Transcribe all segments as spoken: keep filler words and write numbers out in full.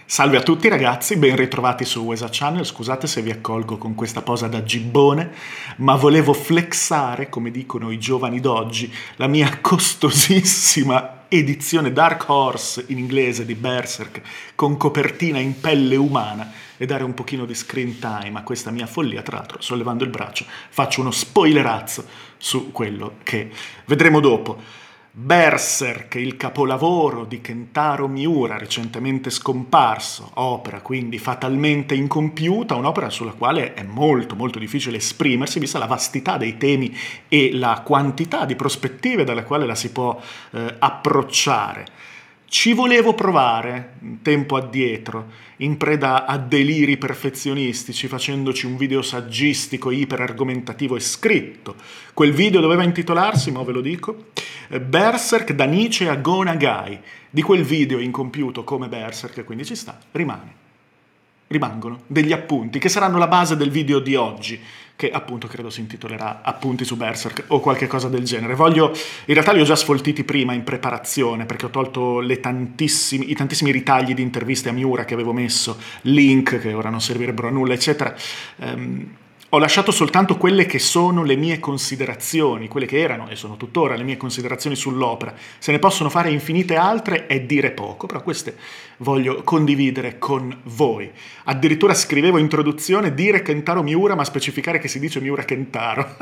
Salve a tutti ragazzi, ben ritrovati su Wesa Channel, scusate se vi accolgo con questa posa da gibbone, ma volevo flexare, come dicono i giovani d'oggi, la mia costosissima edizione Dark Horse in inglese di Berserk con copertina in pelle umana e dare un pochino di screen time a questa mia follia. Tra l'altro, sollevando il braccio, faccio uno spoilerazzo su quello che vedremo dopo. Berserk, il capolavoro di Kentaro Miura, recentemente scomparso, opera quindi fatalmente incompiuta, un'opera sulla quale è molto molto difficile esprimersi, vista la vastità dei temi e la quantità di prospettive dalle quali la si può eh, approcciare. Ci volevo provare, tempo addietro, in preda a deliri perfezionistici, facendoci un video saggistico, iperargomentativo e scritto. Quel video doveva intitolarsi, ma ve lo dico, Berserk da Nietzsche a Go Nagai. Di quel video incompiuto come Berserk, quindi ci sta, rimane. Rimangono degli appunti che saranno la base del video di oggi, che appunto credo si intitolerà Appunti su Berserk o qualche cosa del genere. Voglio, in realtà li ho già sfoltiti prima in preparazione, perché ho tolto le tantissimi, i tantissimi ritagli di interviste a Miura che avevo messo, link che ora non servirebbero a nulla, eccetera. Um, Ho lasciato soltanto quelle che sono le mie considerazioni, quelle che erano e sono tuttora le mie considerazioni sull'opera. Se ne possono fare infinite altre è dire poco, però queste voglio condividere con voi. Addirittura scrivevo introduzione, dire Kentaro Miura, ma specificare che si dice Miura Kentaro.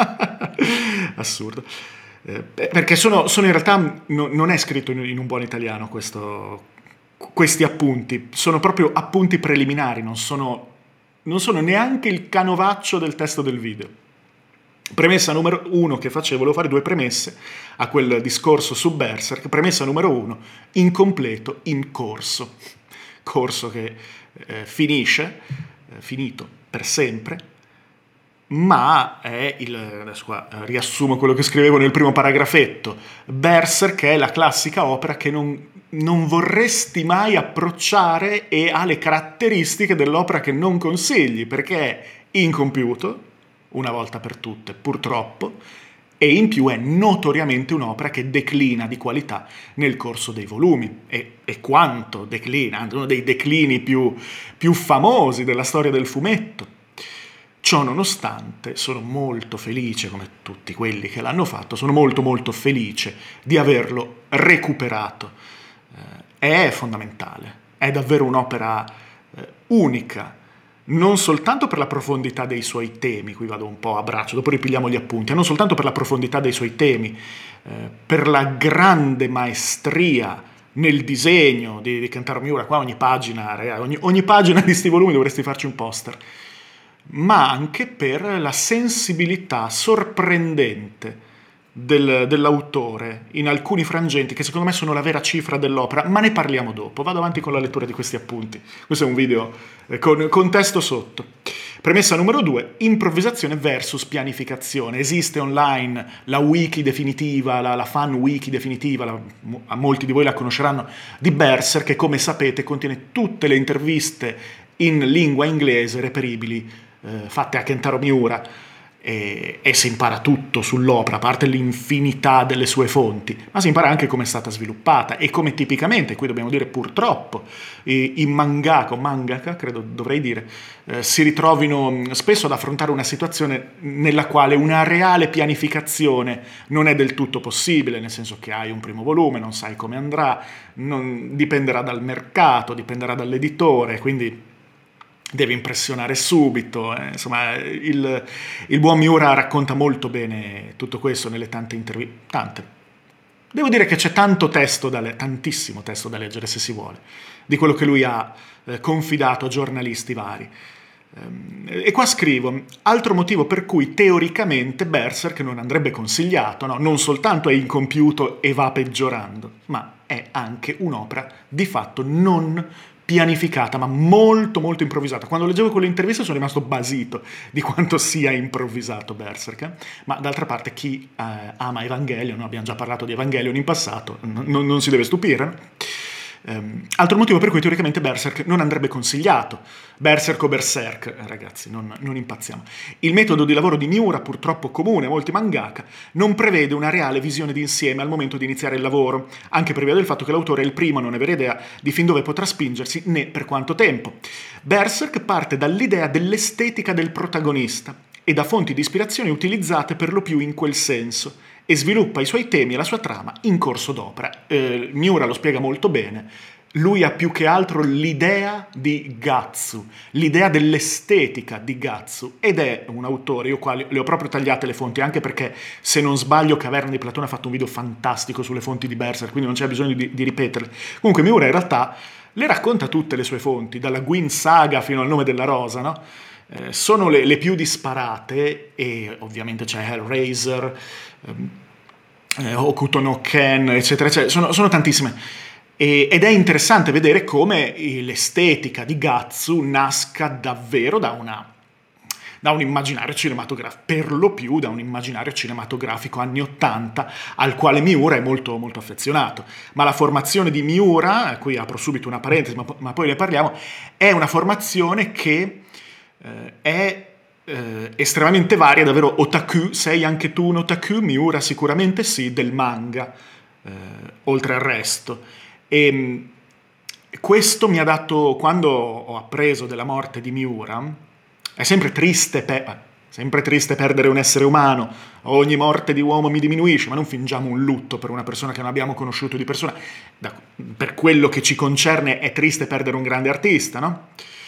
Assurdo. Eh, perché sono, sono in realtà, no, non è scritto in, in un buon italiano questo, questi appunti, sono proprio appunti preliminari, non sono... non sono neanche il canovaccio del testo del video. Premessa numero uno che facevo, volevo fare due premesse a quel discorso su Berserk. Premessa numero uno, incompleto, in corso. Corso che eh, finisce, eh, finito per sempre, ma è il... adesso qua riassumo quello che scrivevo nel primo paragrafetto. Berserk è la classica opera che non... non vorresti mai approcciare e ha le caratteristiche dell'opera che non consigli, perché è incompiuto, una volta per tutte, purtroppo, e in più è notoriamente un'opera che declina di qualità nel corso dei volumi. E, e quanto declina, uno dei declini più, più famosi della storia del fumetto. Ciò nonostante, sono molto felice, come tutti quelli che l'hanno fatto, sono molto molto felice di averlo recuperato. È fondamentale, è davvero un'opera eh, unica, non soltanto per la profondità dei suoi temi, qui vado un po' a braccio, dopo ripigliamo gli appunti, non soltanto per la profondità dei suoi temi, eh, per la grande maestria nel disegno di, di Kentaro Miura, qua ogni pagina, ragazzi, ogni, ogni pagina di sti volumi dovresti farci un poster, ma anche per la sensibilità sorprendente Del, dell'autore in alcuni frangenti che secondo me sono la vera cifra dell'opera, ma ne parliamo dopo. Vado avanti con la lettura di questi appunti. Questo è un video eh, con, con testo sotto. Premessa numero due, improvvisazione versus pianificazione. Esiste online la wiki definitiva, la, la fan wiki definitiva, la, a molti di voi la conosceranno, di Berserk, che come sapete contiene tutte le interviste in lingua inglese reperibili eh, fatte a Kentaro Miura. E, e si impara tutto sull'opera, a parte l'infinità delle sue fonti, ma si impara anche come è stata sviluppata e come tipicamente, qui dobbiamo dire purtroppo, i, i mangaka o mangaka, credo dovrei dire, eh, si ritrovino spesso ad affrontare una situazione nella quale una reale pianificazione non è del tutto possibile, nel senso che hai un primo volume, non sai come andrà, non, dipenderà dal mercato, dipenderà dall'editore, quindi devi impressionare subito, eh. Insomma il, il buon Miura racconta molto bene tutto questo nelle tante interviste, tante. Devo dire che c'è tanto testo da le- tantissimo testo da leggere se si vuole, di quello che lui ha eh, confidato a giornalisti vari. Ehm, E qua scrivo, altro motivo per cui teoricamente Berserk non andrebbe consigliato, no? Non soltanto è incompiuto e va peggiorando, ma è anche un'opera di fatto non pianificata, ma molto molto improvvisata. Quando leggevo quelle interviste sono rimasto basito di quanto sia improvvisato Berserk, eh? Ma d'altra parte chi eh, ama Evangelion, no? Abbiamo già parlato di Evangelion in passato, n- non si deve stupire, no? Um, altro motivo per cui teoricamente Berserk non andrebbe consigliato. Berserk o Berserk, ragazzi, non, non impazziamo. Il metodo di lavoro di Miura, purtroppo comune a molti mangaka, non prevede una reale visione d'insieme al momento di iniziare il lavoro, anche per via del fatto che l'autore è il primo a non avere idea di fin dove potrà spingersi né per quanto tempo. Berserk parte dall'idea dell'estetica del protagonista e da fonti di ispirazione utilizzate per lo più in quel senso, e sviluppa i suoi temi e la sua trama in corso d'opera. Eh, Miura lo spiega molto bene. Lui ha più che altro l'idea di Gatsu, l'idea dell'estetica di Gatsu, ed è un autore, io qua le ho proprio tagliate le fonti, anche perché, se non sbaglio, Caverna di Platone ha fatto un video fantastico sulle fonti di Berserk, quindi non c'è bisogno di, di ripeterle. Comunque Miura in realtà le racconta tutte le sue fonti, dalla Gwyn Saga fino al Nome della Rosa, no? Eh, sono le, le più disparate, e ovviamente c'è Hellraiser, ehm, eh, Hokuto no Ken, eccetera, eccetera. Sono, sono tantissime. E, ed è interessante vedere come l'estetica di Gatsu nasca davvero da una da un immaginario cinematografico, per lo più da un immaginario cinematografico anni ottanta, al quale Miura è molto, molto affezionato. Ma la formazione di Miura, qui apro subito una parentesi, ma, ma poi ne parliamo, è una formazione che eh, è eh, estremamente varia, davvero otaku. Sei anche tu un otaku? Miura sicuramente sì, del manga, eh, oltre al resto. E questo mi ha dato, quando ho appreso della morte di Miura, è sempre triste, per, sempre triste perdere un essere umano, ogni morte di uomo mi diminuisce, ma non fingiamo un lutto per una persona che non abbiamo conosciuto di persona. Da, per quello che ci concerne è triste perdere un grande artista, no?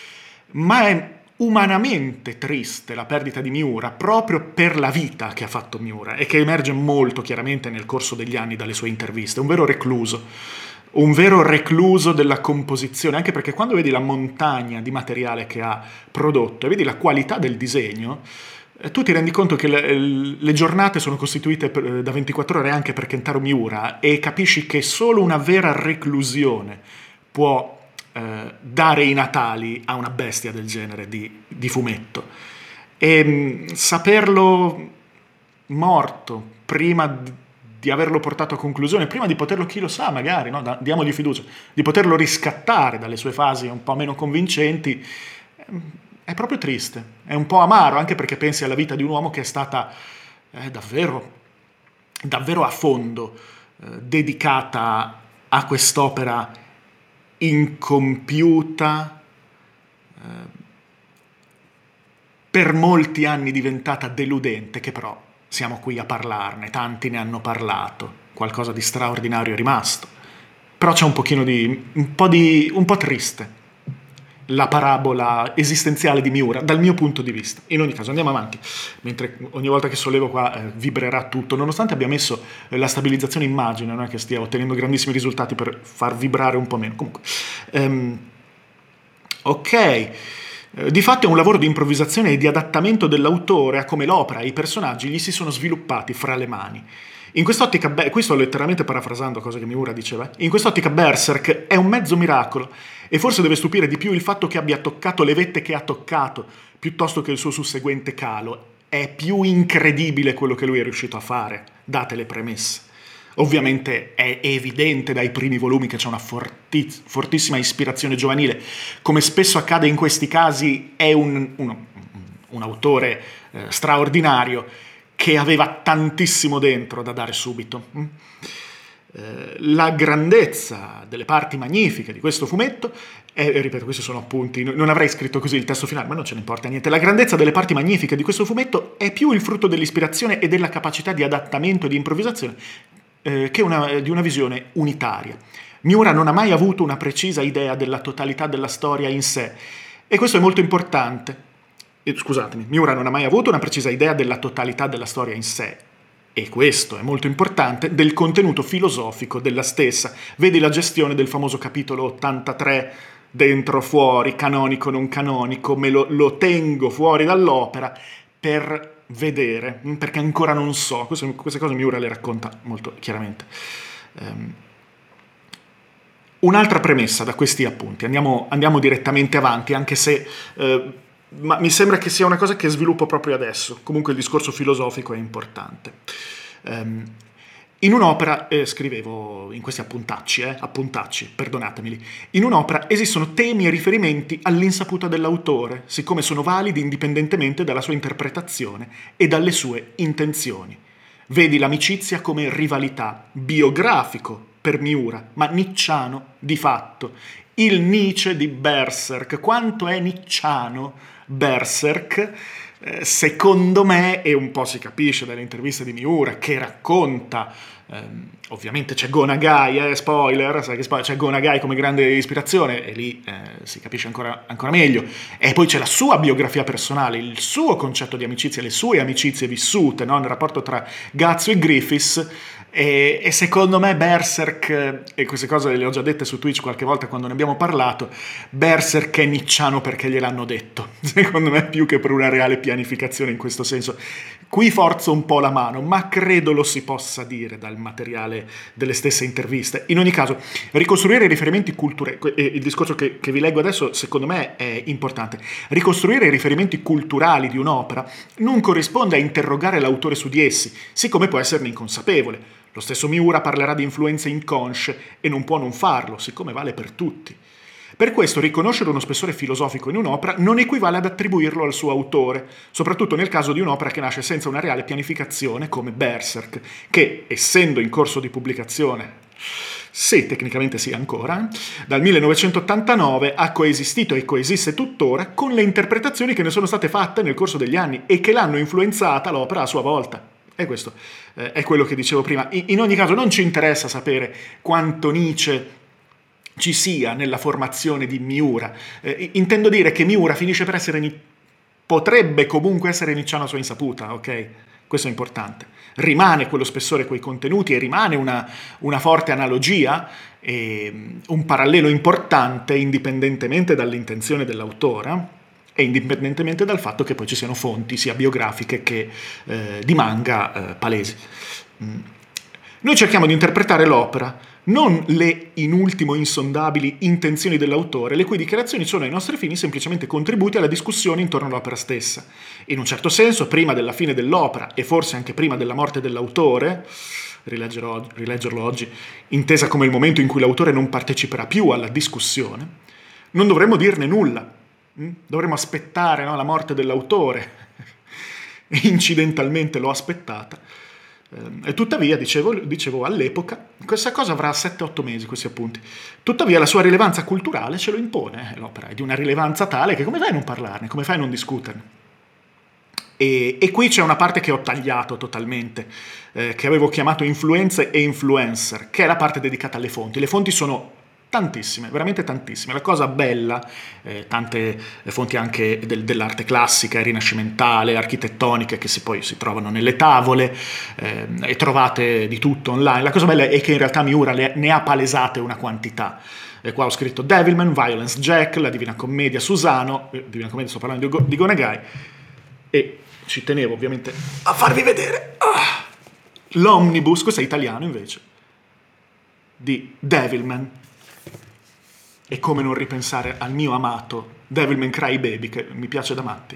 Ma è umanamente triste la perdita di Miura proprio per la vita che ha fatto Miura, e che emerge molto chiaramente nel corso degli anni dalle sue interviste. Un vero recluso. Un vero recluso della composizione, anche perché quando vedi la montagna di materiale che ha prodotto e vedi la qualità del disegno, eh, tu ti rendi conto che le, le giornate sono costituite per, da ventiquattro ore anche per Kentaro Miura, e capisci che solo una vera reclusione può eh, dare i natali a una bestia del genere di, di fumetto. E mh, saperlo morto prima di di averlo portato a conclusione, prima di poterlo, chi lo sa, magari, no? Da, diamogli fiducia, di poterlo riscattare dalle sue fasi un po' meno convincenti, è proprio triste, è un po' amaro, anche perché pensi alla vita di un uomo che è stata eh, davvero, davvero a fondo eh, dedicata a quest'opera incompiuta, eh, per molti anni diventata deludente, che però siamo qui a parlarne, tanti ne hanno parlato, qualcosa di straordinario è rimasto. Però c'è un pochino di, un po' di, un po' triste la parabola esistenziale di Miura, dal mio punto di vista. In ogni caso, andiamo avanti, mentre ogni volta che sollevo qua eh, vibrerà tutto, nonostante abbia messo eh, la stabilizzazione immagine, non è che stia ottenendo grandissimi risultati per far vibrare un po' meno. Comunque, um, ok. Di fatto è un lavoro di improvvisazione e di adattamento dell'autore a come l'opera e i personaggi gli si sono sviluppati fra le mani. In quest'ottica, qui sto letteralmente parafrasando cose che Miura diceva, in quest'ottica Berserk è un mezzo miracolo, e forse deve stupire di più il fatto che abbia toccato le vette che ha toccato, piuttosto che il suo susseguente calo. È più incredibile quello che lui è riuscito a fare, date le premesse. Ovviamente è evidente dai primi volumi che c'è una fortiz- fortissima ispirazione giovanile. Come spesso accade in questi casi, è un, un, un autore eh, straordinario che aveva tantissimo dentro da dare subito. Eh, la grandezza delle parti magnifiche di questo fumetto, e eh, ripeto, questi sono appunti, non avrei scritto così il testo finale, ma non ce ne importa niente. La grandezza delle parti magnifiche di questo fumetto è più il frutto dell'ispirazione e della capacità di adattamento e di improvvisazione eh, che una, di una visione unitaria. Miura non ha mai avuto una precisa idea della totalità della storia in sé, e questo è molto importante. Eh, scusatemi, Miura non ha mai avuto una precisa idea della totalità della storia in sé, e questo è molto importante, del contenuto filosofico della stessa. Vedi la gestione del famoso capitolo ottantatré, dentro, fuori, canonico, non canonico, me lo, lo tengo fuori dall'opera per vedere, perché ancora non so, queste, queste cose Miura le racconta molto chiaramente. Um, un'altra premessa da questi appunti, andiamo, andiamo direttamente avanti, anche se uh, ma mi sembra che sia una cosa che sviluppo proprio adesso. Comunque il discorso filosofico è importante. Um, In un'opera, eh, scrivevo in questi appuntacci, eh, appuntacci, perdonatemeli, in un'opera esistono temi e riferimenti all'insaputa dell'autore, siccome sono validi indipendentemente dalla sua interpretazione e dalle sue intenzioni. Vedi l'amicizia come rivalità, biografico per Miura, ma nicciano di fatto. Il Nietzsche di Berserk, quanto è nicciano Berserk? Eh, secondo me, e un po' si capisce dalle interviste di Miura, che racconta, ehm, ovviamente c'è Go Nagai, eh, spoiler, sai che spoiler, c'è Go Nagai come grande ispirazione, e lì eh, si capisce ancora, ancora meglio, e poi c'è la sua biografia personale, il suo concetto di amicizia, le sue amicizie vissute, no? Nel rapporto tra Gazzo e Griffiths. E, e secondo me Berserk, e queste cose le ho già dette su Twitch qualche volta quando ne abbiamo parlato, Berserk è nicciano perché gliel'hanno detto, secondo me più che per una reale pianificazione in questo senso. Qui forzo un po' la mano, ma credo lo si possa dire dal materiale delle stesse interviste. In ogni caso, ricostruire i riferimenti culturali, e il discorso che, che vi leggo adesso secondo me è importante, ricostruire i riferimenti culturali di un'opera non corrisponde a interrogare l'autore su di essi, siccome può esserne inconsapevole. Lo stesso Miura parlerà di influenze inconsce e non può non farlo, siccome vale per tutti. Per questo riconoscere uno spessore filosofico in un'opera non equivale ad attribuirlo al suo autore, soprattutto nel caso di un'opera che nasce senza una reale pianificazione come Berserk, che, essendo in corso di pubblicazione, sì, tecnicamente sì ancora, dal millenovecentottantanove ha coesistito e coesiste tuttora con le interpretazioni che ne sono state fatte nel corso degli anni e che l'hanno influenzata l'opera a sua volta. E questo eh, è quello che dicevo prima. In, in ogni caso non ci interessa sapere quanto Nietzsche ci sia nella formazione di Miura. Eh, intendo dire che Miura finisce per essere, ni- potrebbe comunque essere nicciano a sua insaputa, ok? Questo è importante. Rimane quello spessore, quei contenuti, e rimane una, una forte analogia, e un parallelo importante indipendentemente dall'intenzione dell'autore e indipendentemente dal fatto che poi ci siano fonti sia biografiche che eh, di manga eh, palesi. Mm. Noi cerchiamo di interpretare l'opera, non le in ultimo insondabili intenzioni dell'autore, le cui dichiarazioni sono ai nostri fini semplicemente contributi alla discussione intorno all'opera stessa. In un certo senso, prima della fine dell'opera e forse anche prima della morte dell'autore, rileggerò, rileggerlo oggi, intesa come il momento in cui l'autore non parteciperà più alla discussione, non dovremmo dirne nulla. Dovremmo aspettare, no, la morte dell'autore. Incidentalmente l'ho aspettata. E tuttavia, dicevo, dicevo all'epoca, questa cosa avrà sette otto mesi, questi appunti. Tuttavia la sua rilevanza culturale ce lo impone. L'opera è di una rilevanza tale che come fai a non parlarne, come fai a non discuterne? E, e qui c'è una parte che ho tagliato totalmente, eh, che avevo chiamato influenze e influencer, che è la parte dedicata alle fonti. Le fonti sono tantissime, veramente tantissime. La cosa bella, eh, tante fonti anche del, dell'arte classica e rinascimentale, architettoniche, che si, poi si trovano nelle tavole, eh, e trovate di tutto online. La cosa bella è che in realtà Miura le, ne ha palesate una quantità. E qua ho scritto Devilman, Violence Jack, La Divina Commedia, Susano, eh, Divina Commedia sto parlando di, Go, di Go Nagai, e ci tenevo ovviamente a farvi vedere ah, l'Omnibus, questo è italiano invece, di Devilman. E come non ripensare al mio amato Devilman Crybaby, che mi piace da matti.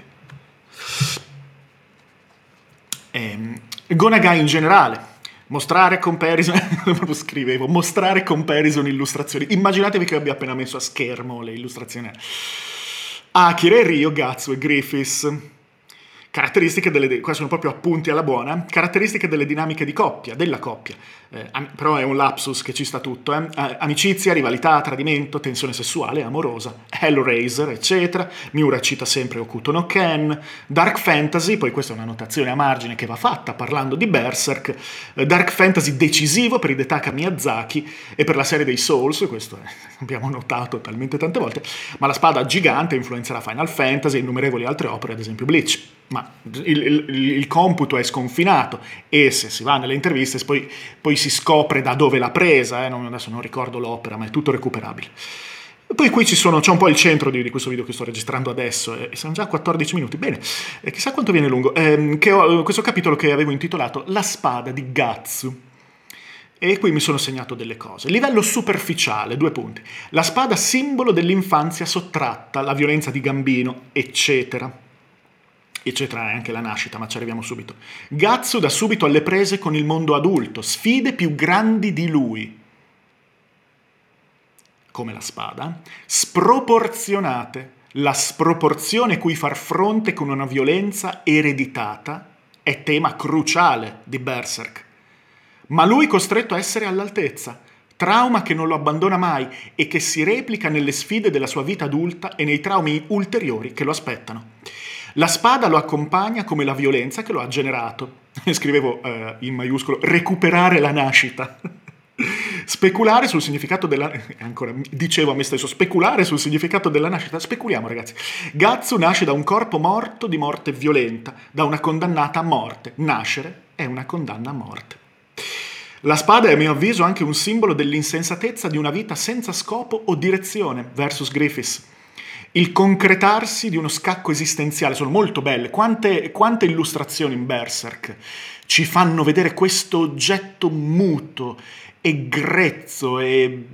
E, Go Nagai in generale, mostrare comparison, proprio scrivevo, mostrare comparison illustrazioni. Immaginatevi che abbia appena messo a schermo le illustrazioni. Akira e Ryo, Gatsu e Griffiths. Caratteristiche delle, qua sono proprio appunti alla buona, caratteristiche delle dinamiche di coppia, della coppia, eh, am, però è un lapsus che ci sta tutto, eh. Amicizia, rivalità, tradimento, tensione sessuale, amorosa, Hellraiser, eccetera. Miura cita sempre Hokuto no Ken, Dark Fantasy, poi questa è una notazione a margine che va fatta parlando di Berserk, eh, Dark Fantasy decisivo per Hidetaka Miyazaki e per la serie dei Souls, questo è, abbiamo notato talmente tante volte, ma la spada gigante influenzerà Final Fantasy e innumerevoli altre opere, ad esempio Bleach. Ma il, il, il computo è sconfinato e se si va nelle interviste poi, poi si scopre da dove l'ha presa, eh? non, adesso non ricordo l'opera, ma è tutto recuperabile. Poi qui ci sono, c'è un po' il centro di, di questo video che sto registrando adesso, e sono già quattordici minuti, bene, e chissà quanto viene lungo, ehm, che ho, questo capitolo che avevo intitolato La spada di Gatsu. E qui mi sono segnato delle cose. Livello superficiale, due punti. La spada simbolo dell'infanzia sottratta, la violenza di Gambino, eccetera. eccetera, anche la nascita, ma ci arriviamo subito. Gatsu da subito alle prese con il mondo adulto, sfide più grandi di lui, come la spada, sproporzionate. La sproporzione cui far fronte con una violenza ereditata è tema cruciale di Berserk. Ma lui costretto a essere all'altezza, trauma che non lo abbandona mai e che si replica nelle sfide della sua vita adulta e nei traumi ulteriori che lo aspettano. La spada lo accompagna come la violenza che lo ha generato. Scrivevo eh, in maiuscolo, recuperare la nascita. Speculare sul significato della... ancora, dicevo a me stesso, speculare sul significato della nascita. Speculiamo, ragazzi. Gatsu nasce da un corpo morto di morte violenta, da una condannata a morte. Nascere è una condanna a morte. La spada è, a mio avviso, anche un simbolo dell'insensatezza di una vita senza scopo o direzione, versus Griffiths. Il concretarsi di uno scacco esistenziale. Sono molto belle. Quante, quante illustrazioni in Berserk ci fanno vedere questo oggetto muto e grezzo e,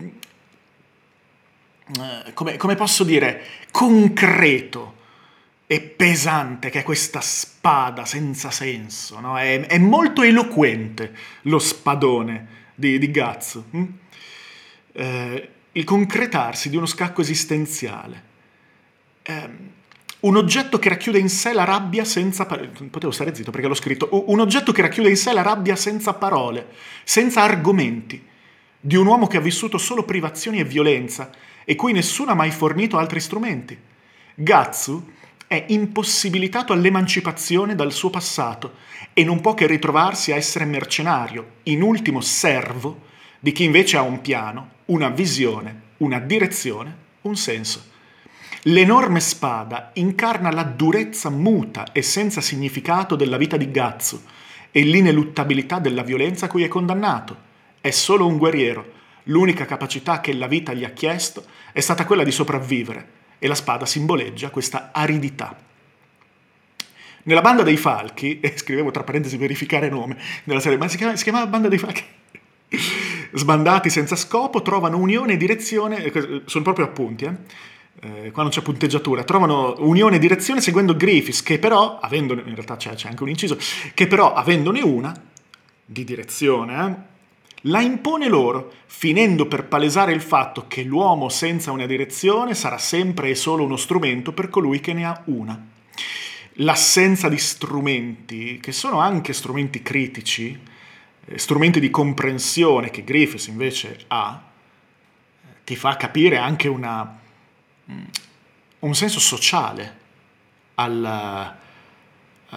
eh, come, come posso dire, concreto e pesante, che è questa spada senza senso, no? È, è molto eloquente lo spadone di, di Gatsu. Hm? Eh, il concretarsi di uno scacco esistenziale. Eh, un oggetto che racchiude in sé la rabbia senza parole. Potevo stare zitto perché l'ho scritto. Un oggetto che racchiude in sé la rabbia senza parole, senza argomenti, di un uomo che ha vissuto solo privazioni e violenza e cui nessuno ha mai fornito altri strumenti. Gatsu è impossibilitato all'emancipazione dal suo passato e non può che ritrovarsi a essere mercenario, in ultimo servo, di chi invece ha un piano, una visione, una direzione, un senso. L'enorme spada incarna la durezza muta e senza significato della vita di Gatsu e l'ineluttabilità della violenza a cui è condannato. È solo un guerriero. L'unica capacità che la vita gli ha chiesto è stata quella di sopravvivere e la spada simboleggia questa aridità. Nella Banda dei Falchi, e scrivevo tra parentesi verificare nome della serie, ma si chiama, si chiamava Banda dei Falchi? Sbandati senza scopo, trovano unione e direzione, sono proprio appunti, eh? Eh, qua non c'è punteggiatura, trovano unione e direzione seguendo Griffiths, che però, avendone, in realtà c'è, c'è anche un inciso, che però avendone una, di direzione, eh, la impone loro, finendo per palesare il fatto che l'uomo senza una direzione sarà sempre e solo uno strumento per colui che ne ha una. L'assenza di strumenti, che sono anche strumenti critici, eh, strumenti di comprensione che Griffiths invece ha, eh, ti fa capire anche una... un senso sociale alla, uh,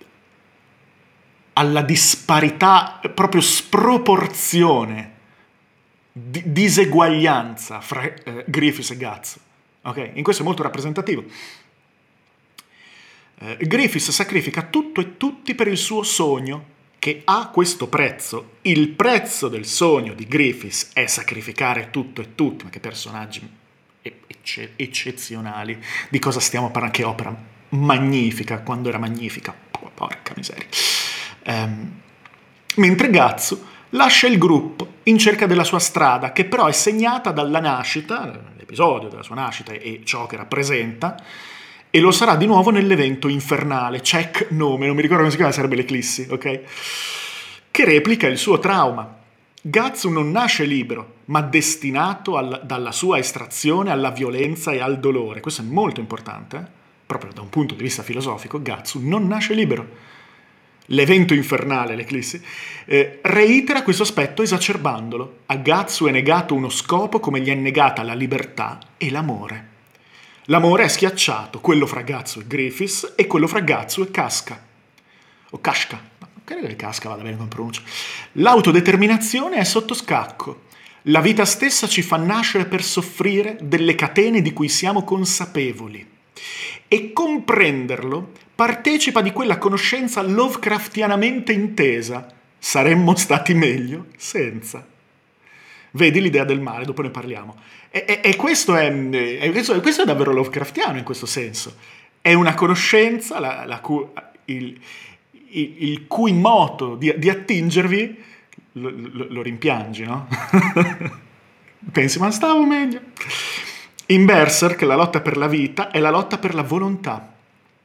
alla disparità, proprio sproporzione, di, diseguaglianza fra uh, Griffiths e Gatsu. Ok? In questo è molto rappresentativo. Uh, Griffiths sacrifica tutto e tutti per il suo sogno, che ha questo prezzo. Il prezzo del sogno di Griffiths è sacrificare tutto e tutti. Ma che personaggi Ecce- eccezionali. Di cosa stiamo parlando? Che opera magnifica, quando era magnifica, porca miseria. Um, mentre Gatsu lascia il gruppo in cerca della sua strada, che però è segnata dalla nascita, l'episodio della sua nascita e ciò che rappresenta, e lo sarà di nuovo nell'evento infernale, check nome, non mi ricordo come si chiama, sarebbe l'eclissi, ok? Che replica il suo trauma. Gatsu non nasce libero, ma destinato al, dalla sua estrazione alla violenza e al dolore. Questo è molto importante, eh? Proprio da un punto di vista filosofico. Gatsu non nasce libero. L'evento infernale, l'eclissi, eh, reitera questo aspetto esacerbandolo. A Gatsu è negato uno scopo come gli è negata la libertà e l'amore. L'amore è schiacciato, quello fra Gatsu e Griffiths e quello fra Gatsu e Casca. O Kashka. Credo che Casca vada bene come pronuncia. L'autodeterminazione è sotto scacco. La vita stessa ci fa nascere per soffrire delle catene di cui siamo consapevoli. E comprenderlo partecipa di quella conoscenza Lovecraftianamente intesa. Saremmo stati meglio senza. Vedi l'idea del male, dopo ne parliamo. E, e, e questo, è, è, questo, questo è davvero Lovecraftiano in questo senso. È una conoscenza la, la cui... Il, il cui moto di, di attingervi lo, lo, lo rimpiangi, no? Pensi, ma stavo meglio. In Berserk la lotta per la vita è la lotta per la volontà.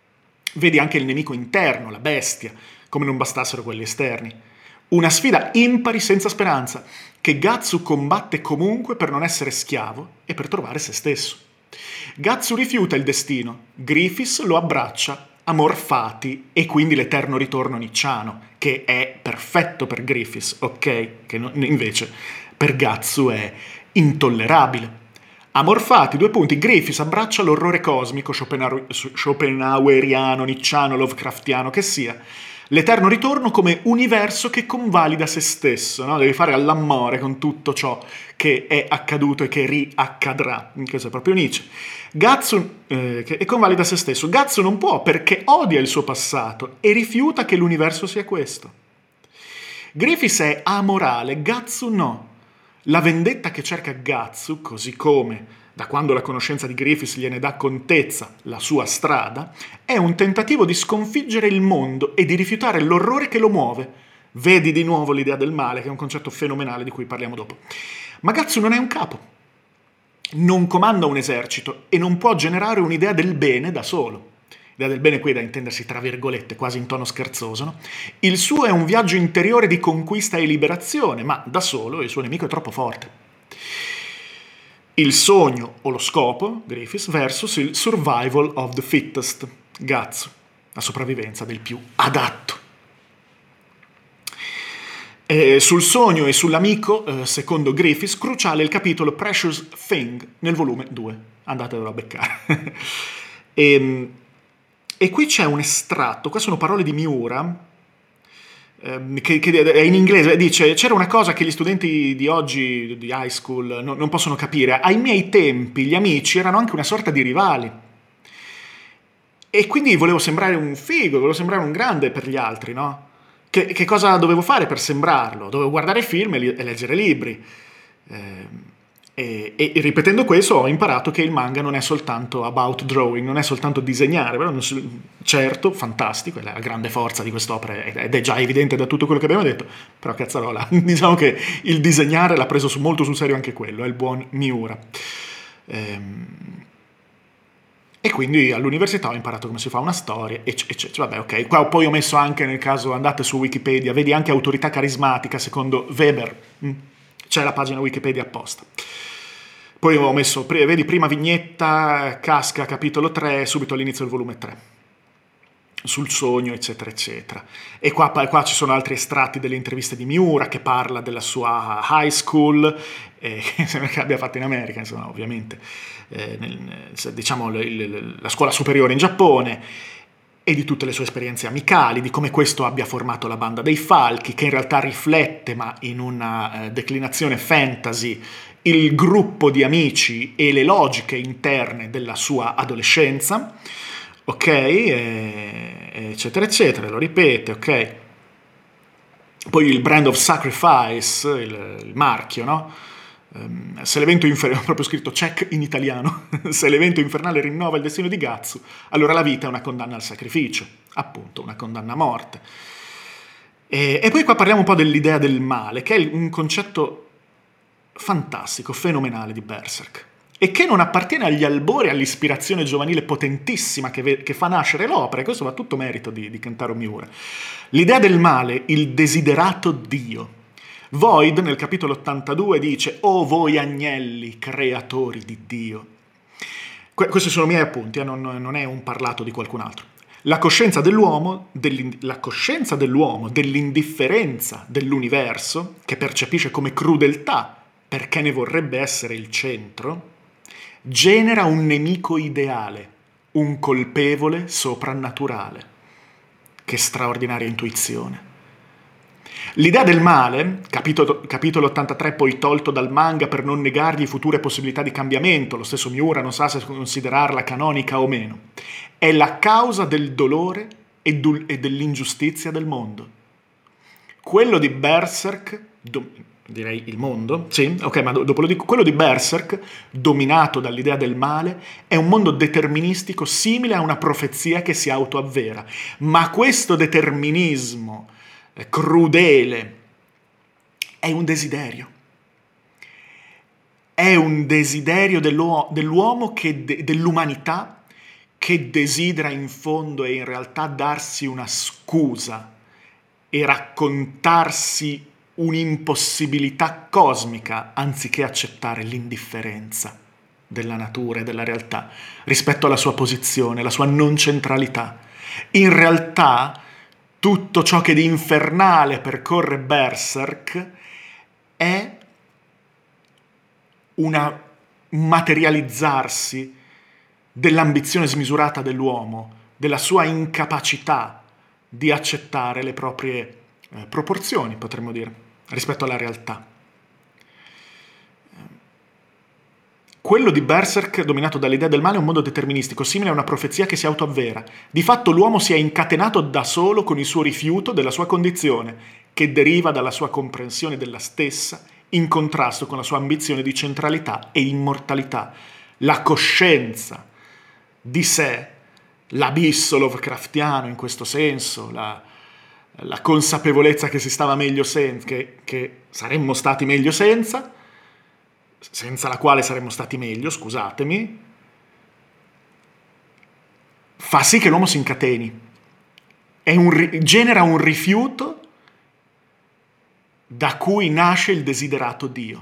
Vedi anche il nemico interno, la bestia, come non bastassero quelli esterni. Una sfida impari senza speranza, che Gatsu combatte comunque per non essere schiavo e per trovare se stesso. Gatsu rifiuta il destino, Griffiths lo abbraccia, amor fati, e quindi l'eterno ritorno nicciano, che è perfetto per Griffiths, ok? Che no, invece per Gatsu è intollerabile. Amor fati, due punti, Griffiths abbraccia l'orrore cosmico, Schopenhauer- schopenhaueriano, nicciano, lovecraftiano che sia, l'eterno ritorno come universo che convalida se stesso, no? Devi fare all'amore con tutto ciò che è accaduto e che riaccadrà. Questo è proprio Nietzsche. Gatsu eh, che convalida se stesso. Gatsu non può perché odia il suo passato e rifiuta che l'universo sia questo. Griffiths è amorale, Gatsu no. La vendetta che cerca Gatsu, così come da quando la conoscenza di Griffiths gliene dà contezza la sua strada, è un tentativo di sconfiggere il mondo e di rifiutare l'orrore che lo muove. Vedi di nuovo l'idea del male, che è un concetto fenomenale di cui parliamo dopo. Ma Gatsu non è un capo, non comanda un esercito e non può generare un'idea del bene da solo. L'idea del bene qui è da intendersi tra virgolette, quasi in tono scherzoso, no? Il suo è un viaggio interiore di conquista e liberazione, ma da solo il suo nemico è troppo forte. Il sogno o lo scopo, Griffiths, versus il survival of the fittest, Gatsu, la sopravvivenza del più adatto. Eh, sul sogno e sull'amico, eh, secondo Griffiths, cruciale il capitolo Precious Thing nel volume due. Andatevelo a beccare. e, e qui c'è un estratto, queste sono parole di Miura, Che, che è in inglese, dice: c'era una cosa che gli studenti di oggi di high school no, non possono capire. Ai miei tempi gli amici erano anche una sorta di rivali e quindi volevo sembrare un figo, volevo sembrare un grande per gli altri, no? Che, che cosa dovevo fare per sembrarlo? Dovevo guardare film e, li, e leggere libri. Eh, E, e ripetendo questo ho imparato che il manga non è soltanto about drawing, non è soltanto disegnare, però non si, certo, fantastico, è la grande forza di quest'opera ed è già evidente da tutto quello che abbiamo detto, però cazzarola, diciamo che il disegnare l'ha preso su, molto sul serio anche quello, è il buon Miura. Ehm, e quindi all'università ho imparato come si fa una storia, e, e, e vabbè, ok, qua poi ho messo anche, nel caso andate su Wikipedia, vedi anche autorità carismatica secondo Weber, c'è la pagina Wikipedia apposta. Poi ho messo, vedi, prima vignetta, casca, capitolo tre, subito all'inizio del volume tre, sul sogno, eccetera, eccetera. E qua, qua ci sono altri estratti delle interviste di Miura, che parla della sua high school, eh, che abbia fatto in America, insomma, ovviamente, eh, nel, diciamo, il, il, la scuola superiore in Giappone, e di tutte le sue esperienze amicali, di come questo abbia formato la banda dei Falchi, che in realtà riflette, ma in una eh, declinazione fantasy, il gruppo di amici e le logiche interne della sua adolescenza, ok, e, eccetera, eccetera, lo ripete, ok. Poi il brand of sacrifice, il, il marchio, no? Um, se l'evento infernale, proprio scritto check in italiano, se l'evento infernale rinnova il destino di Gatsu, allora la vita è una condanna al sacrificio, appunto, una condanna a morte. E, e poi qua parliamo un po' dell'idea del male, che è un concetto fantastico, fenomenale di Berserk, e che non appartiene agli albori, all'ispirazione giovanile potentissima che, ve- che fa nascere l'opera, e questo va tutto merito di, di Kentaro Miura. L'idea del male, il desiderato Dio. Void nel capitolo ottantadue dice: «O voi agnelli, creatori di Dio». Que- questi sono i miei appunti, eh, non, non è un parlato di qualcun altro. La coscienza dell'uomo, la coscienza dell'uomo dell'indifferenza dell'universo, che percepisce come crudeltà perché ne vorrebbe essere il centro, genera un nemico ideale, un colpevole soprannaturale. Che straordinaria intuizione. L'idea del male, capitolo, capitolo ottantatré poi tolto dal manga per non negargli future possibilità di cambiamento, lo stesso Miura non sa se considerarla canonica o meno, è la causa del dolore e, du- e dell'ingiustizia del mondo. Quello di Berserk, do- direi il mondo, sì, ok, ma do- dopo lo dico, quello di Berserk, dominato dall'idea del male, è un mondo deterministico simile a una profezia che si autoavvera, ma questo determinismo crudele è un desiderio. È un desiderio dell'uo- dell'uomo, che de- dell'umanità, che desidera in fondo e in realtà darsi una scusa e raccontarsi un'impossibilità cosmica anziché accettare l'indifferenza della natura e della realtà rispetto alla sua posizione, la sua non centralità. In realtà tutto ciò che di infernale percorre Berserk è una materializzarsi dell'ambizione smisurata dell'uomo, della sua incapacità di accettare le proprie eh, proporzioni, potremmo dire, rispetto alla realtà. Quello di Berserk, dominato dall'idea del male, è un mondo deterministico, simile a una profezia che si autoavvera. Di fatto l'uomo si è incatenato da solo con il suo rifiuto della sua condizione, che deriva dalla sua comprensione della stessa, in contrasto con la sua ambizione di centralità e immortalità. La coscienza di sé, l'abisso Lovecraftiano in questo senso, la, la consapevolezza che si stava meglio senza, che, che saremmo stati meglio senza, senza la quale saremmo stati meglio, scusatemi, fa sì che l'uomo si incateni. È un, genera un rifiuto da cui nasce il desiderato Dio.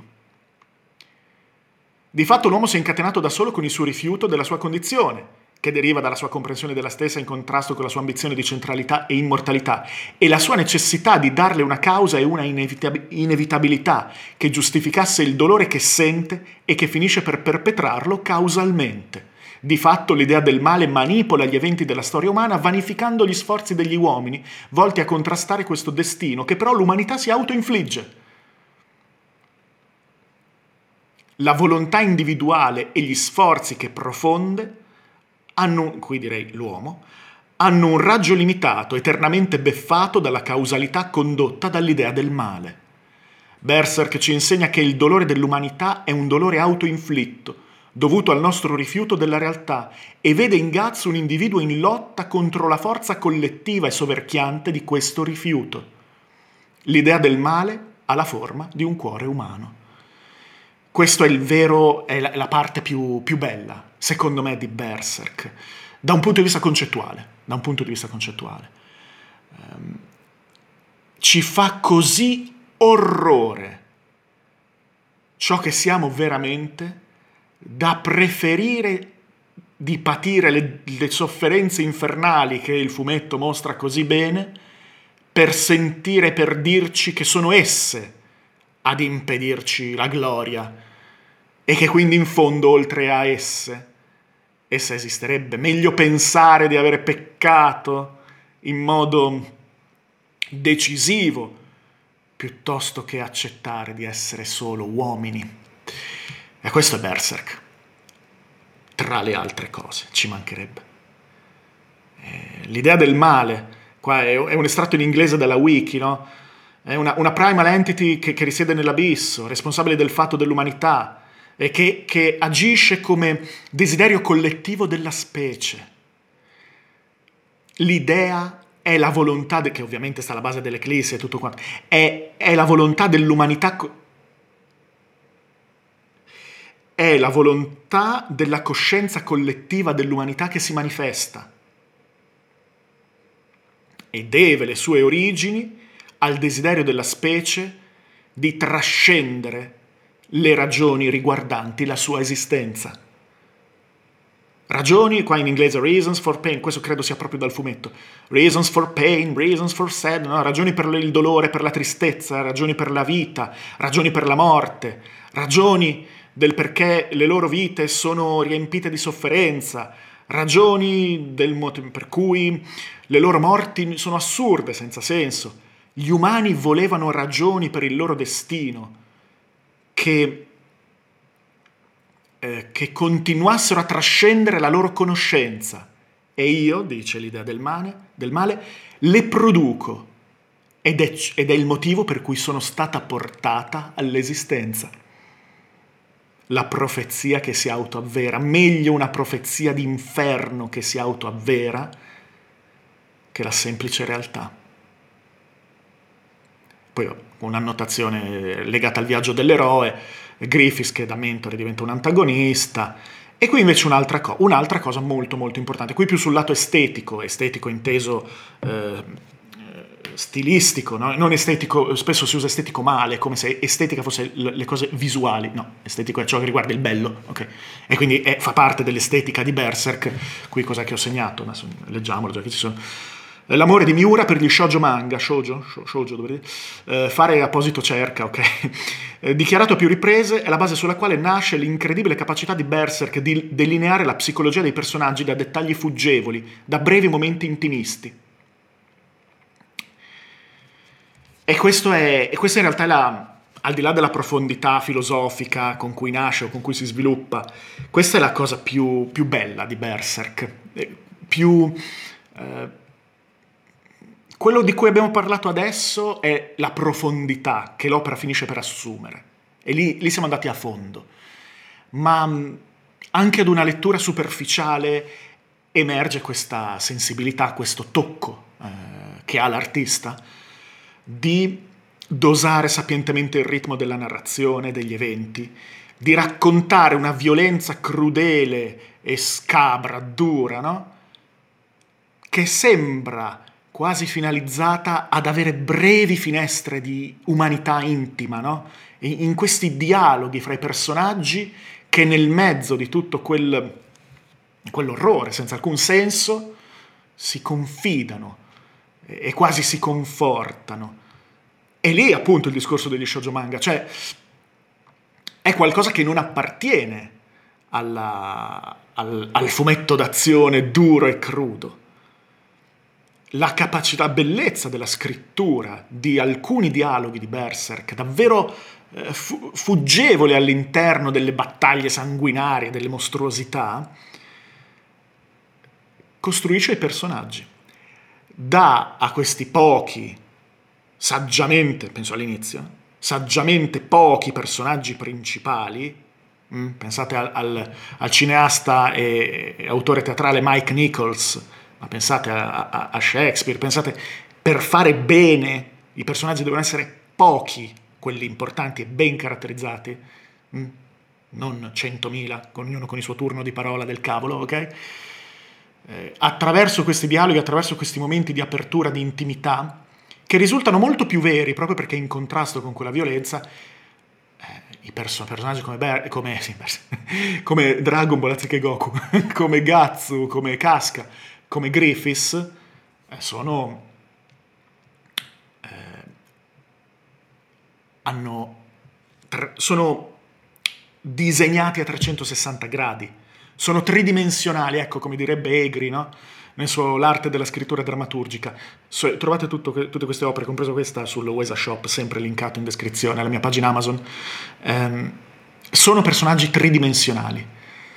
Di fatto l'uomo si è incatenato da solo con il suo rifiuto della sua condizione, che deriva dalla sua comprensione della stessa in contrasto con la sua ambizione di centralità e immortalità, e la sua necessità di darle una causa e una inevitab- inevitabilità che giustificasse il dolore che sente e che finisce per perpetrarlo causalmente. Di fatto l'idea del male manipola gli eventi della storia umana, vanificando gli sforzi degli uomini volti a contrastare questo destino che però l'umanità si autoinfligge. La volontà individuale e gli sforzi che profonde hanno, qui direi l'uomo, hanno un raggio limitato, eternamente beffato dalla causalità condotta dall'idea del male. Berserk ci insegna che il dolore dell'umanità è un dolore autoinflitto, dovuto al nostro rifiuto della realtà, e vede in Guts un individuo in lotta contro la forza collettiva e soverchiante di questo rifiuto. L'idea del male ha la forma di un cuore umano. Questo è il vero, è la, è la parte più, più bella, secondo me, di Berserk, da un punto di vista concettuale. Da un punto di vista concettuale. Um, ci fa così orrore ciò che siamo veramente da preferire di patire le, le sofferenze infernali che il fumetto mostra così bene per sentire, per dirci che sono esse ad impedirci la gloria e che quindi in fondo oltre a esse essa esisterebbe. Meglio pensare di avere peccato in modo decisivo piuttosto che accettare di essere solo uomini. E questo è Berserk, tra le altre cose, ci mancherebbe. L'idea del male, qua è un estratto in inglese dalla wiki, no? È una, una primal entity che, che risiede nell'abisso, responsabile del fatto dell'umanità, e che, che agisce come desiderio collettivo della specie. L'idea è la volontà, de, che ovviamente sta alla base dell'Eclissi e tutto quanto, è, è la volontà dell'umanità, è la volontà della coscienza collettiva dell'umanità che si manifesta e deve le sue origini al desiderio della specie di trascendere le ragioni riguardanti la sua esistenza. Ragioni, qua in inglese reasons for pain, questo credo sia proprio dal fumetto, reasons for pain, reasons for sad, no? Ragioni per il dolore, per la tristezza, ragioni per la vita, ragioni per la morte, ragioni del perché le loro vite sono riempite di sofferenza, ragioni del motivo per cui le loro morti sono assurde, senza senso. Gli umani volevano ragioni per il loro destino che, eh, che continuassero a trascendere la loro conoscenza. E io, dice l'idea del male, del male le produco ed è, ed è il motivo per cui sono stata portata all'esistenza. La profezia che si autoavvera, meglio una profezia d'inferno che si autoavvera che la semplice realtà. Poi un'annotazione legata al viaggio dell'eroe, Griffiths che da mentore diventa un antagonista, E qui invece un'altra, co- un'altra cosa molto molto importante, qui più sul lato estetico, estetico inteso eh, stilistico, no? Non estetico, spesso si usa estetico male, come se estetica fosse l- le cose visuali, no, estetico è ciò che riguarda il bello, ok? E quindi è- fa parte dell'estetica di Berserk. Qui cos'è che ho segnato? Adesso leggiamolo, già che ci sono. L'amore di Miura per gli shoujo manga, shoujo, shoujo dovrei dire, eh, fare apposito cerca, ok? Eh, dichiarato a più riprese, è la base sulla quale nasce l'incredibile capacità di Berserk di delineare la psicologia dei personaggi da dettagli fuggevoli, da brevi momenti intimisti. E questo è, e questa in realtà è la, al di là della profondità filosofica con cui nasce o con cui si sviluppa, questa è la cosa più, più bella di Berserk, eh, più... eh, quello di cui abbiamo parlato adesso è la profondità che l'opera finisce per assumere. E lì, lì siamo andati a fondo. Ma mh, anche ad una lettura superficiale emerge questa sensibilità, questo tocco eh, che ha l'artista di dosare sapientemente il ritmo della narrazione, degli eventi, di raccontare una violenza crudele e scabra, dura, no? Che sembra quasi finalizzata ad avere brevi finestre di umanità intima, no? In in questi dialoghi fra i personaggi che nel mezzo di tutto quel, quell'orrore senza alcun senso si confidano e e quasi si confortano. E lì appunto il discorso degli shoujo manga, cioè è qualcosa che non appartiene alla- al, al fumetto d'azione duro e crudo. La capacità, bellezza della scrittura di alcuni dialoghi di Berserk, davvero eh, fu- fuggevoli all'interno delle battaglie sanguinarie, delle mostruosità, costruisce i personaggi. Dà a questi pochi, saggiamente, penso all'inizio, saggiamente pochi personaggi principali. Mm, pensate al, al- al cineasta e, e autore teatrale Mike Nichols, ma pensate a, a- a Shakespeare, pensate, per fare bene i personaggi devono essere pochi, quelli importanti e ben caratterizzati, mm, non centomila, con ognuno con il suo turno di parola del cavolo, ok? Eh, attraverso questi dialoghi, attraverso questi momenti di apertura, di intimità, che risultano molto più veri proprio perché in contrasto con quella violenza, eh, i perso- personaggi come, Ber- come, sì, Ber- come Dragon Ball anziché Goku, come Gatsu, come Casca, come Griffiths, eh, sono, hanno, tre- sono disegnati a trecentosessanta gradi, sono tridimensionali, ecco come direbbe Egri, no? Nel suo L'arte della scrittura drammaturgica. So- trovate tutto que- tutte queste opere, compreso questa, sul Wesa Shop, sempre linkato in descrizione, alla mia pagina Amazon. Ehm, sono personaggi tridimensionali.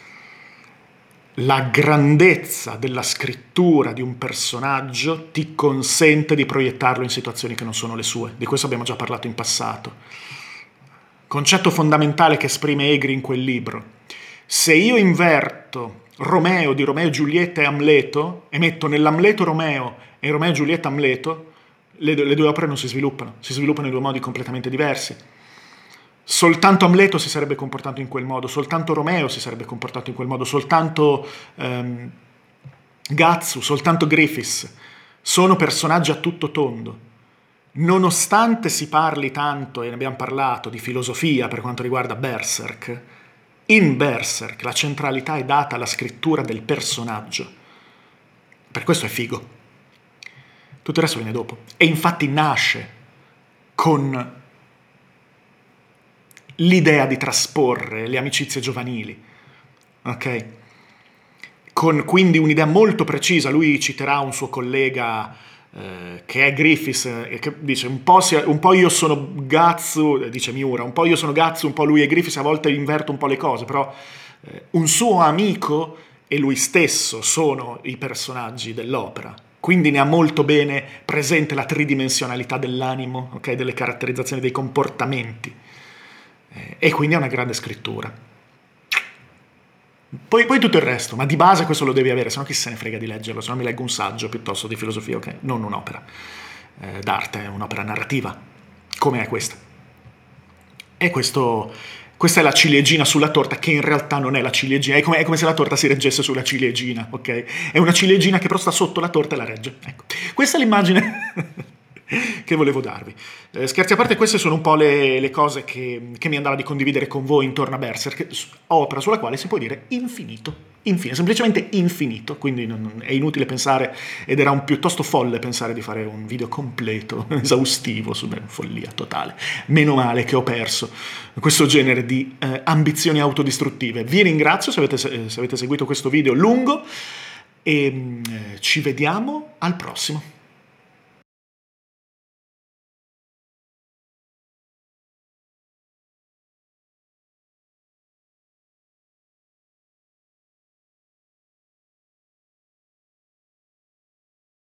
La grandezza della scrittura di un personaggio ti consente di proiettarlo in situazioni che non sono le sue. Di questo abbiamo già parlato in passato. Concetto fondamentale che esprime Egri in quel libro. Se io inverto Romeo di Romeo e Giulietta e Amleto e metto nell'Amleto Romeo e in Romeo e Giulietta Amleto, le, le due opere non si sviluppano, si sviluppano in due modi completamente diversi. Soltanto Amleto si sarebbe comportato in quel modo, soltanto Romeo si sarebbe comportato in quel modo, soltanto ehm, Gatsu, soltanto Griffiths sono personaggi a tutto tondo. Nonostante si parli tanto, e ne abbiamo parlato, di filosofia per quanto riguarda Berserk, in Berserk la centralità è data alla scrittura del personaggio. Per questo è figo. Tutto il resto viene dopo. E infatti nasce con l'idea di trasporre le amicizie giovanili, ok? Con quindi un'idea molto precisa. Lui citerà un suo collega eh, che è Griffiths, eh, che dice un po', sia, un po' io sono Gatsu, eh, dice Miura, un po' io sono Gatsu, un po' lui è Griffiths, a volte inverto un po' le cose, però eh, un suo amico e lui stesso sono i personaggi dell'opera. Quindi ne ha molto bene presente la tridimensionalità dell'animo, ok? Delle caratterizzazioni dei comportamenti. Eh, e quindi è una grande scrittura. Poi, poi tutto il resto, ma di base questo lo devi avere, se no chi se ne frega di leggerlo, se no mi leggo un saggio piuttosto di filosofia, ok? Non un'opera eh, d'arte, è un'opera narrativa, come è questa. E questo Questa è la ciliegina sulla torta, che in realtà non è la ciliegina, è come, è come se la torta si reggesse sulla ciliegina, ok? È una ciliegina che però sta sotto la torta e la regge. Ecco, questa è l'immagine che volevo darvi. Eh, scherzi a parte, queste sono un po' le, le cose che, che mi andava di condividere con voi intorno a Berserk, opera sulla quale si può dire infinito. Infine, semplicemente infinito, quindi non, è inutile pensare, ed era un piuttosto folle pensare di fare un video completo, esaustivo, su una follia totale. Meno male che ho perso questo genere di eh, ambizioni autodistruttive. Vi ringrazio se avete, se avete seguito questo video lungo e eh, ci vediamo al prossimo.